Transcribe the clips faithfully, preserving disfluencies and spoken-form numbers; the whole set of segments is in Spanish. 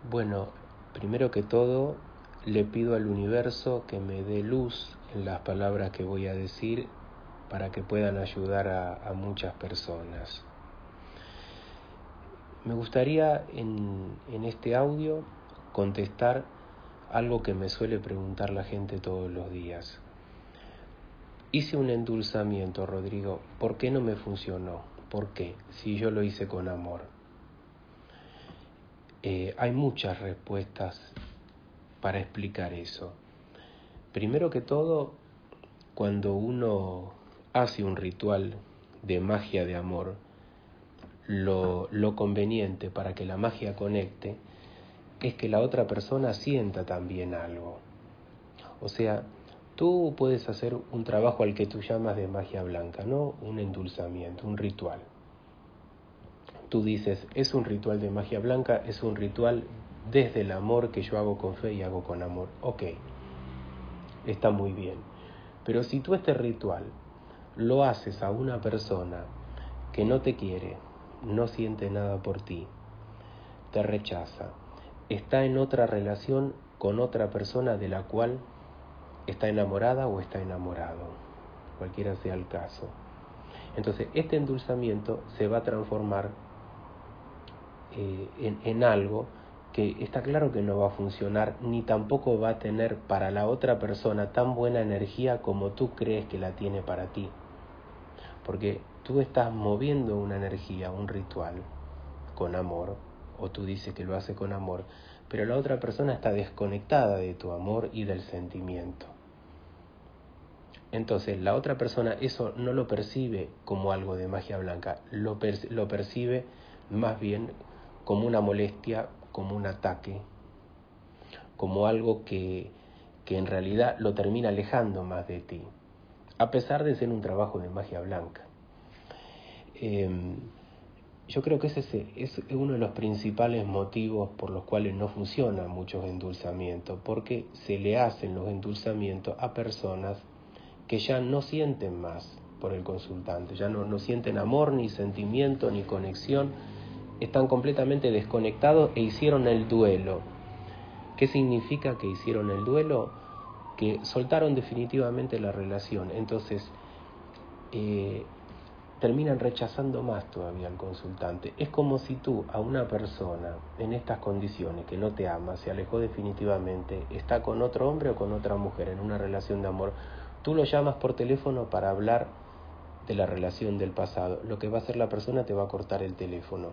Bueno, primero que todo, le pido al universo que me dé luz en las palabras que voy a decir para que puedan ayudar a, a muchas personas. Me gustaría en, en este audio contestar algo que me suele preguntar la gente todos los días. Hice un endulzamiento, Rodrigo, ¿por qué no me funcionó? ¿Por qué? Si yo lo hice con amor. Eh, hay muchas respuestas para explicar eso. Primero que todo, cuando uno hace un ritual de magia de amor, lo, lo conveniente para que la magia conecte es que la otra persona sienta también algo. O sea, tú puedes hacer un trabajo al que tú llamas de magia blanca, ¿no? Un endulzamiento, un ritual. Tú dices, es un ritual de magia blanca, es un ritual desde el amor que yo hago con fe y hago con amor. Ok, está muy bien. Pero si tú este ritual lo haces a una persona que no te quiere, no siente nada por ti, te rechaza, está en otra relación con otra persona de la cual está enamorada o está enamorado, cualquiera sea el caso. Entonces, este endulzamiento se va a transformar eh, en, en algo que está claro que no va a funcionar, ni tampoco va a tener para la otra persona tan buena energía como tú crees que la tiene para ti. Porque tú estás moviendo una energía, un ritual, con amor, o tú dices que lo hace con amor, pero la otra persona está desconectada de tu amor y del sentimiento. Entonces, la otra persona eso no lo percibe como algo de magia blanca, lo, per- lo percibe más bien como una molestia, como un ataque, como algo que, que en realidad lo termina alejando más de ti, a pesar de ser un trabajo de magia blanca. Eh, yo creo que ese es uno de los principales motivos por los cuales no funcionan muchos endulzamientos, porque se le hacen los endulzamientos a personas que ya no sienten más por el consultante, ya no, no sienten amor, ni sentimiento, ni conexión, están completamente desconectados e hicieron el duelo. ¿Qué significa que hicieron el duelo? Que soltaron definitivamente la relación, entonces eh, terminan rechazando más todavía al consultante. Es como si tú a una persona en estas condiciones que no te ama, se alejó definitivamente, está con otro hombre o con otra mujer en una relación de amor, tú lo llamas por teléfono para hablar de la relación del pasado. Lo que va a hacer la persona, te va a cortar el teléfono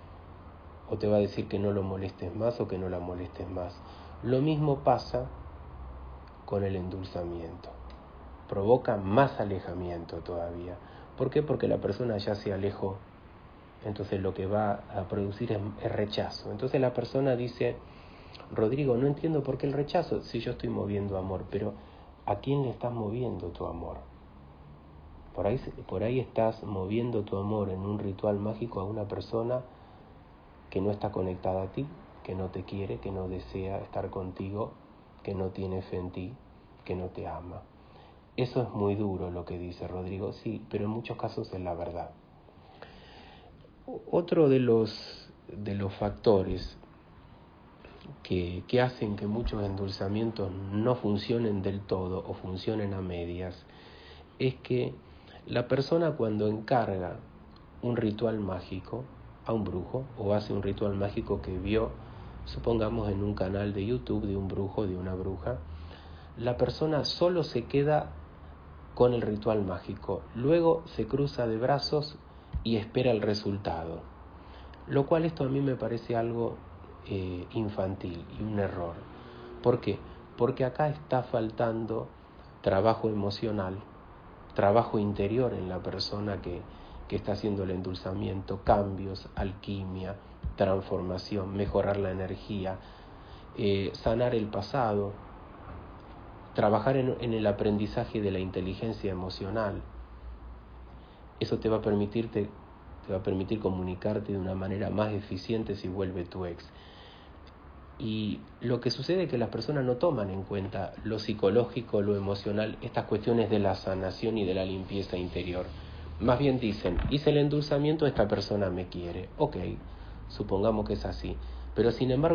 o te va a decir que no lo molestes más o que no la molestes más. Lo mismo pasa con el endulzamiento. Provoca más alejamiento todavía. ¿Por qué? Porque la persona ya se alejó. Entonces lo que va a producir es, es rechazo. Entonces la persona dice, Rodrigo, no entiendo por qué el rechazo, si yo estoy moviendo amor, pero ¿a quién le estás moviendo tu amor? Por ahí, por ahí estás moviendo tu amor en un ritual mágico a una persona que no está conectada a ti, que no te quiere, que no desea estar contigo, que no tiene fe en ti, que no te ama. Eso es muy duro lo que dice Rodrigo, sí, pero en muchos casos es la verdad. Otro de los, de los factores que, que hacen que muchos endulzamientos no funcionen del todo o funcionen a medias es que la persona cuando encarga un ritual mágico a un brujo o hace un ritual mágico que vio, supongamos en un canal de YouTube de un brujo, de una bruja, la persona solo se queda con el ritual mágico, luego se cruza de brazos y espera el resultado, lo cual esto a mí me parece algo eh, infantil y un error. ¿Por qué? Porque acá está faltando trabajo emocional, trabajo interior en la persona que, que está haciendo el endulzamiento, cambios, alquimia, transformación, mejorar la energía, eh, sanar el pasado, trabajar en, en el aprendizaje de la inteligencia emocional. Eso te va a permitirte, te va a permitir comunicarte de una manera más eficiente si vuelve tu ex. Y lo que sucede es que las personas no toman en cuenta lo psicológico, lo emocional, estas cuestiones de la sanación y de la limpieza interior. Más bien dicen, hice el endulzamiento, esta persona me quiere. Ok, supongamos que es así. Pero sin embargo,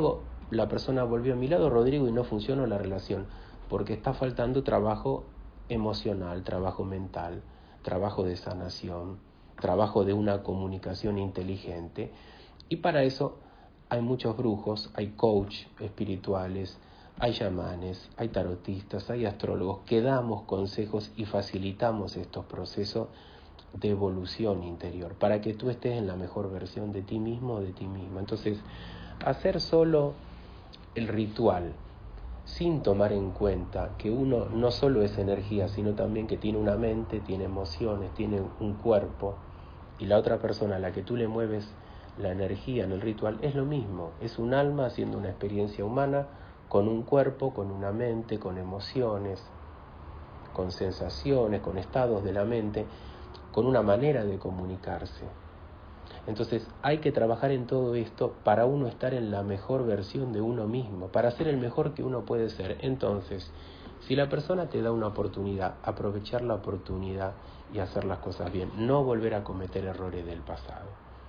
la persona volvió a mi lado, Rodrigo, y no funcionó la relación, porque está faltando trabajo emocional, trabajo mental, trabajo de sanación, trabajo de una comunicación inteligente. Y para eso hay muchos brujos, hay coach espirituales, hay chamanes, hay tarotistas, hay astrólogos que damos consejos y facilitamos estos procesos de evolución interior para que tú estés en la mejor versión de ti mismo o de ti misma. Entonces, hacer solo el ritual sin tomar en cuenta que uno no solo es energía, sino también que tiene una mente, tiene emociones, tiene un cuerpo, y la otra persona a la que tú le mueves la energía en el ritual es lo mismo, es un alma haciendo una experiencia humana con un cuerpo, con una mente, con emociones, con sensaciones, con estados de la mente, con una manera de comunicarse. Entonces hay que trabajar en todo esto para uno estar en la mejor versión de uno mismo, para ser el mejor que uno puede ser. Entonces, si la persona te da una oportunidad, aprovechar la oportunidad y hacer las cosas bien, no volver a cometer errores del pasado.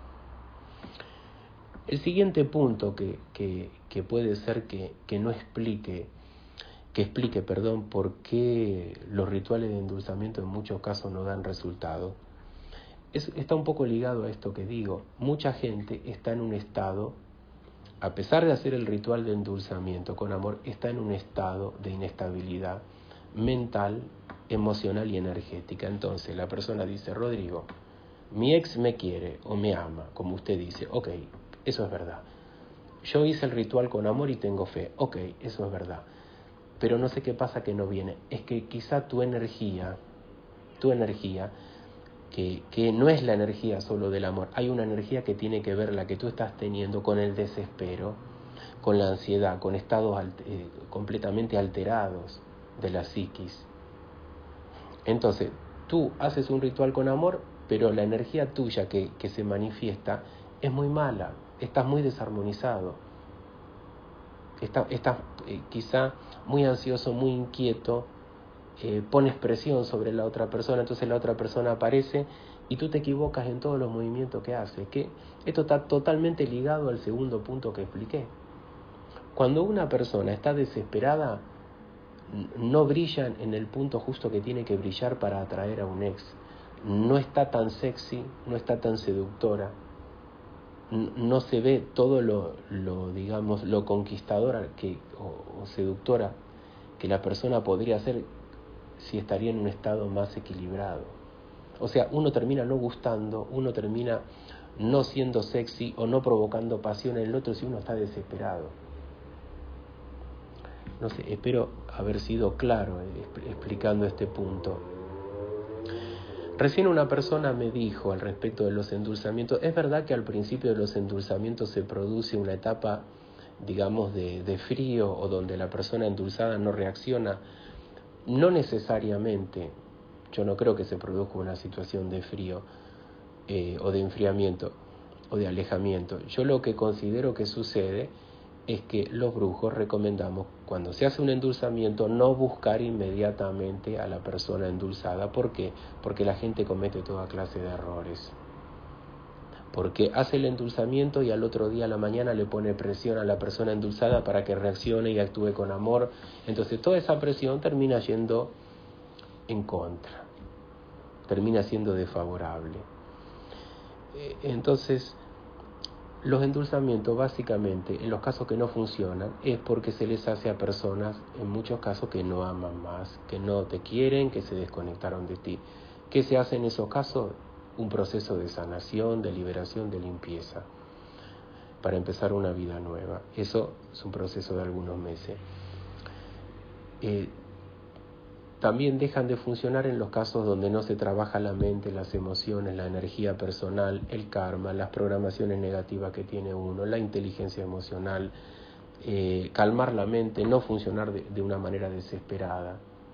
El siguiente punto que, que, que puede ser que, que no explique, que explique, perdón, por qué los rituales de endulzamiento en muchos casos no dan resultado, Es, está un poco ligado a esto que digo. Mucha gente está en un estado, a pesar de hacer el ritual de endulzamiento con amor, está en un estado de inestabilidad mental, emocional y energética. Entonces la persona dice, Rodrigo, mi ex me quiere o me ama, como usted dice, ok, eso es verdad. Yo hice el ritual con amor y tengo fe, ok, eso es verdad. Pero no sé qué pasa que no viene. Es que quizá tu energía, tu energía, Que, que no es la energía solo del amor, hay una energía que tiene que ver, la que tú estás teniendo, con el desespero, con la ansiedad, con estados alt- eh, completamente alterados de la psiquis. Entonces, tú haces un ritual con amor, pero la energía tuya que, que se manifiesta es muy mala, estás muy desarmonizado, estás, estás eh, quizá muy ansioso, muy inquieto, Eh, pones presión sobre la otra persona, entonces la otra persona aparece y tú te equivocas en todos los movimientos que hace. Que esto está totalmente ligado al segundo punto que expliqué. Cuando una persona está desesperada, no brilla en el punto justo que tiene que brillar para atraer a un ex. No está tan sexy, no está tan seductora, no se ve todo lo, lo digamos, lo conquistadora que, o, o seductora que la persona podría ser si estaría en un estado más equilibrado. O sea, uno termina no gustando, uno termina no siendo sexy o no provocando pasión en el otro si uno está desesperado. No sé, espero haber sido claro explicando este punto. Recién una persona me dijo al respecto de los endulzamientos, es verdad que al principio de los endulzamientos se produce una etapa, digamos, de, de frío o donde la persona endulzada no reacciona. No necesariamente, yo no creo que se produzca una situación de frío eh, o de enfriamiento o de alejamiento. Yo lo que considero que sucede es que los brujos recomendamos, cuando se hace un endulzamiento, no buscar inmediatamente a la persona endulzada. ¿Por qué? Porque la gente comete toda clase de errores. Porque hace el endulzamiento y al otro día a la mañana le pone presión a la persona endulzada para que reaccione y actúe con amor. Entonces toda esa presión termina yendo en contra, termina siendo desfavorable. Entonces, los endulzamientos básicamente, en los casos que no funcionan, es porque se les hace a personas, en muchos casos, que no aman más, que no te quieren, que se desconectaron de ti. ¿Qué se hace en esos casos? Un proceso de sanación, de liberación, de limpieza, para empezar una vida nueva. Eso es un proceso de algunos meses. Eh, También dejan de funcionar en los casos donde no se trabaja la mente, las emociones, la energía personal, el karma, las programaciones negativas que tiene uno, la inteligencia emocional, eh, calmar la mente, no funcionar de, de una manera desesperada.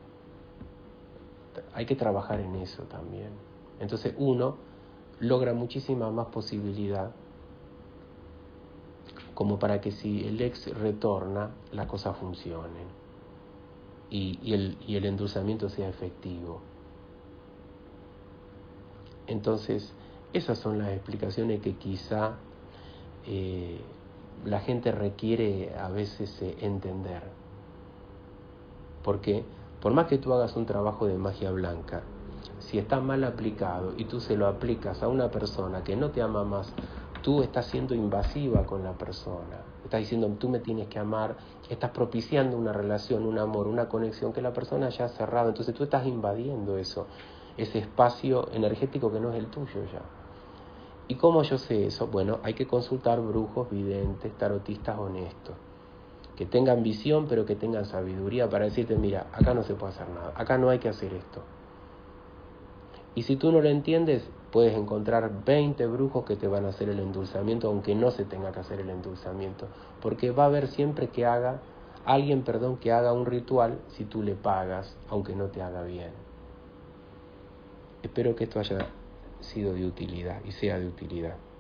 Hay que trabajar en eso también. Entonces uno logra muchísima más posibilidad como para que si el ex retorna, las cosas funcionen. Y, y, el, y el endulzamiento sea efectivo. Entonces, esas son las explicaciones que quizá eh, la gente requiere a veces eh, entender. Porque por más que tú hagas un trabajo de magia blanca, si está mal aplicado y tú se lo aplicas a una persona que no te ama más, tú estás siendo invasiva con la persona. Estás diciendo, tú me tienes que amar, estás propiciando una relación, un amor, una conexión que la persona ya ha cerrado. Entonces tú estás invadiendo eso, ese espacio energético que no es el tuyo ya. ¿Y cómo yo sé eso? Bueno, hay que consultar brujos, videntes, tarotistas honestos, que tengan visión pero que tengan sabiduría para decirte, mira, acá no se puede hacer nada, acá no hay que hacer esto. Y si tú no lo entiendes, puedes encontrar veinte brujos que te van a hacer el endulzamiento, aunque no se tenga que hacer el endulzamiento, porque va a haber siempre que haga, alguien, perdón, que haga un ritual si tú le pagas, aunque no te haga bien. Espero que esto haya sido de utilidad y sea de utilidad.